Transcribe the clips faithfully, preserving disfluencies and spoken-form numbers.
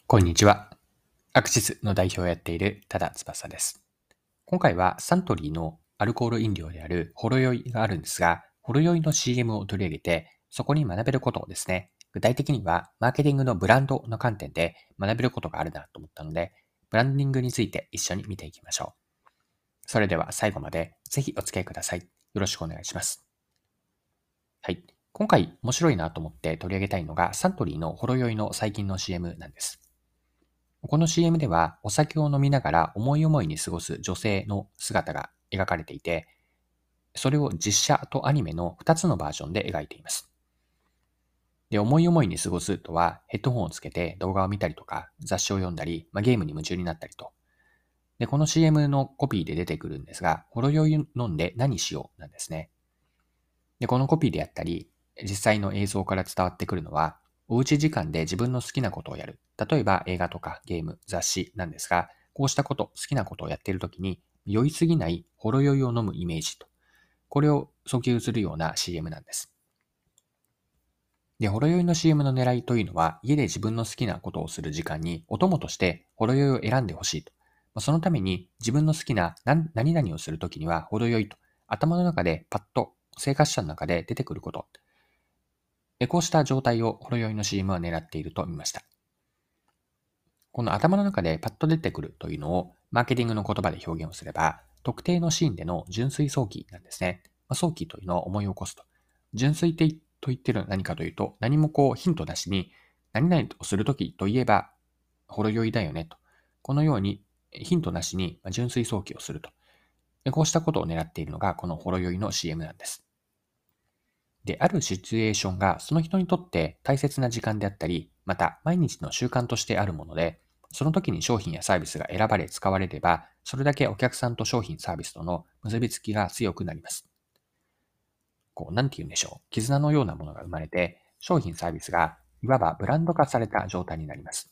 こんにちは。アクシスの代表をやっている多田翼です。今回はサントリーのアルコール飲料であるほろ酔いがあるんですが、ほろ酔いの シーエム を取り上げて、そこに学べることをですね、具体的にはマーケティングのブランドの観点で学べることがあるなと思ったので、ブランディングについて一緒に見ていきましょう。それでは最後までぜひお付き合いください。よろしくお願いします。はい。今回面白いなと思って取り上げたいのがサントリーのほろ酔いの最近の シーエム なんです。この シーエム ではお酒を飲みながら思い思いに過ごす女性の姿が描かれていて、それを実写とアニメのふたつのバージョンで描いています。で、思い思いに過ごすとはヘッドホンをつけて動画を見たりとか雑誌を読んだり、まあ、ゲームに夢中になったりと。で、この シーエム のコピーで出てくるんですが、ほろ酔い飲んで何しようなんですね。で、このコピーであったり、実際の映像から伝わってくるのは、おうち時間で自分の好きなことをやる。例えば映画とかゲーム、雑誌なんですが、こうしたこと、好きなことをやっているときに、酔いすぎないほろ酔いを飲むイメージと、これを訴求するような シーエム なんです。で、ほろ酔いの シーエム の狙いというのは、家で自分の好きなことをする時間に、お供としてほろ酔いを選んでほしいと。そのために、自分の好きな何何々をするときには、ほろ酔いと、頭の中でパッと生活者の中で出てくること。こうした状態をほろ酔いの シーエム は狙っていると見ました。この頭の中でパッと出てくるというのをマーケティングの言葉で表現をすれば、特定のシーンでの純粋想起なんですね。まあ、想起というのを思い起こすと。純粋と言っているのは何かというと、何もこうヒントなしに、何々をするときといえば、ほろ酔いだよねと。このようにヒントなしに純粋想起をすると。こうしたことを狙っているのがこのほろ酔いの シーエム なんです。で、あるシチュエーションがその人にとって大切な時間であったり、また毎日の習慣としてあるもので、その時に商品やサービスが選ばれ使われれば、それだけお客さんと商品サービスとの結びつきが強くなります。こう、なんて言うんでしょう。絆のようなものが生まれて、商品サービスがいわばブランド化された状態になります。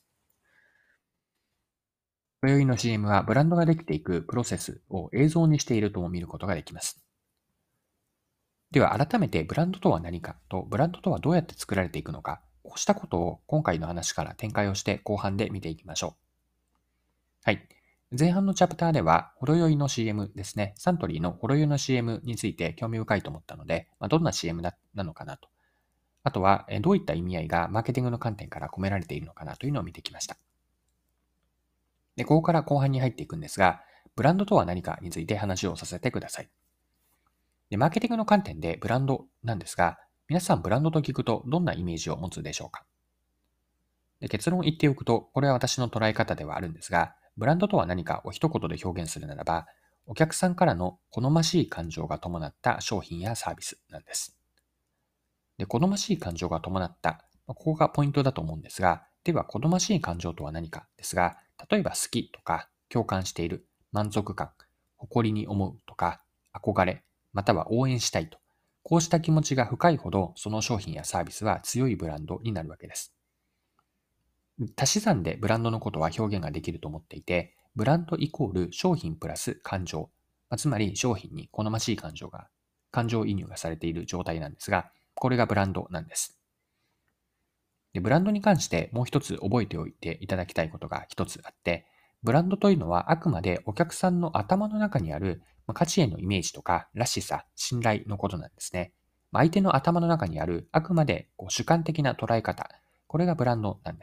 今宵の シーエム はブランドができていくプロセスを映像にしているとも見ることができます。では改めてブランドとは何かと、ブランドとはどうやって作られていくのか、こうしたことを今回の話から展開をして後半で見ていきましょう。はい。前半のチャプターでは、ほろ酔いの シーエム ですね。サントリーのほろ酔いの シーエム について興味深いと思ったので、まあ、どんな シーエム ななのかなと。あとは、どういった意味合いがマーケティングの観点から込められているのかなというのを見てきました。で、ここから後半に入っていくんですが、ブランドとは何かについて話をさせてください。で、マーケティングの観点でブランドなんですが、皆さんブランドと聞くとどんなイメージを持つでしょうか？で、結論を言っておくと、これは私の捉え方ではあるんですが、ブランドとは何かを一言で表現するならば、お客さんからの好ましい感情が伴った商品やサービスなんです。で、好ましい感情が伴った、ここがポイントだと思うんですが、では好ましい感情とは何かですが、例えば好きとか共感している、満足感、誇りに思うとか、憧れ、または応援したいと。こうした気持ちが深いほど、その商品やサービスは強いブランドになるわけです。足し算でブランドのことは表現ができると思っていて、ブランドイコール商品プラス感情。まあ、つまり商品に好ましい感情が、感情移入がされている状態なんですが、これがブランドなんです。で、ブランドに関してもう一つ覚えておいていただきたいことが一つあって、ブランドというのはあくまでお客さんの頭の中にある価値へのイメージとからしさ、信頼のことなんですね。相手の頭の中にあるあくまでこう主観的な捉え方、これがブランドなんです。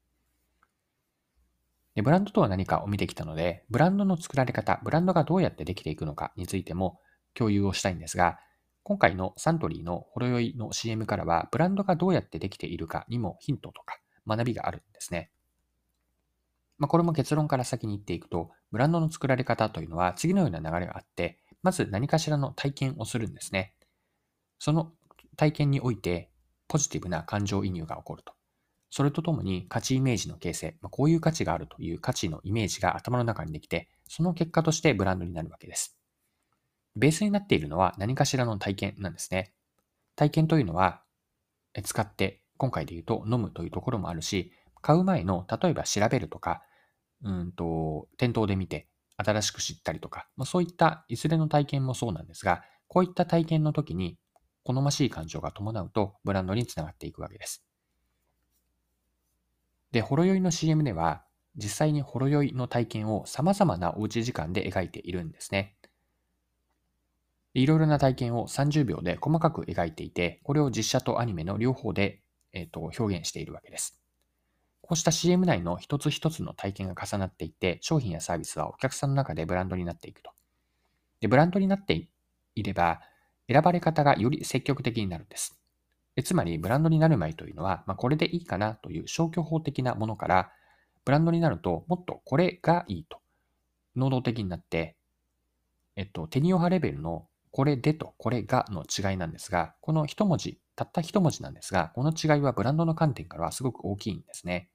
で、ブランドとは何かを見てきたので、ブランドの作られ方、ブランドがどうやってできていくのかについても共有をしたいんですが、今回のサントリーのほろ酔いの シーエム からは、ブランドがどうやってできているかにもヒントとか学びがあるんですね。まあ、これも結論から先に言っていくと、ブランドの作られ方というのは次のような流れがあって、まず何かしらの体験をするんですね。その体験において、ポジティブな感情移入が起こると。それとともに価値イメージの形成、まあ、こういう価値があるという価値のイメージが頭の中にできて、その結果としてブランドになるわけです。ベースになっているのは何かしらの体験なんですね。体験というのは、使って、今回で言うと飲むというところもあるし、買う前の、例えば調べるとか、うんと、店頭で見て、新しく知ったりとか、まあ、そういったいずれの体験もそうなんですが、こういった体験の時に、好ましい感情が伴うと、ブランドにつながっていくわけです。 で、ほろ酔いの シーエム では、実際にほろ酔いの体験を様々なおうち時間で描いているんですね。いろいろな体験をさんじゅうびょうで細かく描いていて、これを実写とアニメの両方で、えーと表現しているわけです。こうした シーエム 内の一つ一つの体験が重なっていって、商品やサービスはお客さんの中でブランドになっていくと。で、ブランドになっていれば、選ばれ方がより積極的になるんです。でつまり、ブランドになる前というのは、まあ、これでいいかなという消去法的なものから、ブランドになると、もっとこれがいいと、能動的になって、えっと、テニオハレベルのこれでとこれがの違いなんですが、この一文字、たった一文字なんですが、この違いはブランドの観点からはすごく大きいんですね。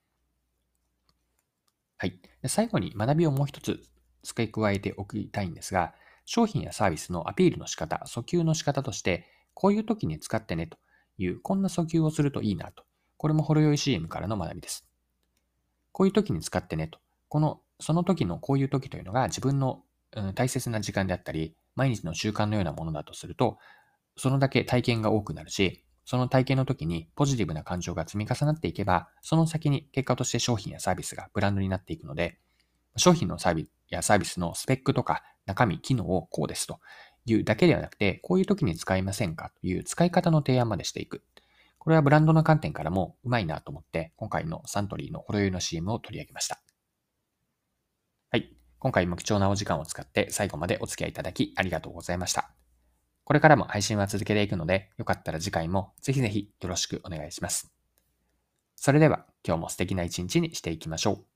はい。で最後に学びをもう一つ付け加えておきたいんですが、商品やサービスのアピールの仕方、訴求の仕方として、こういう時に使ってねという、こんな訴求をするといいなと。これもほろ酔い シーエム からの学びです。こういう時に使ってねと。この、その時のこういう時というのが自分の、うん、大切な時間であったり、毎日の習慣のようなものだとすると、そのだけ体験が多くなるし、その体験の時にポジティブな感情が積み重なっていけば、その先に結果として商品やサービスがブランドになっていくので、商品のサービスやサービスのスペックとか中身、機能をこうですというだけではなくて、こういう時に使いませんかという使い方の提案までしていく。これはブランドの観点からもうまいなと思って、今回のサントリーのほろ酔いの シーエム を取り上げました。はい。今回も貴重なお時間を使って最後までお付き合いいただきありがとうございました。これからも配信は続けていくので、よかったら次回もぜひぜひよろしくお願いします。それでは今日も素敵な一日にしていきましょう。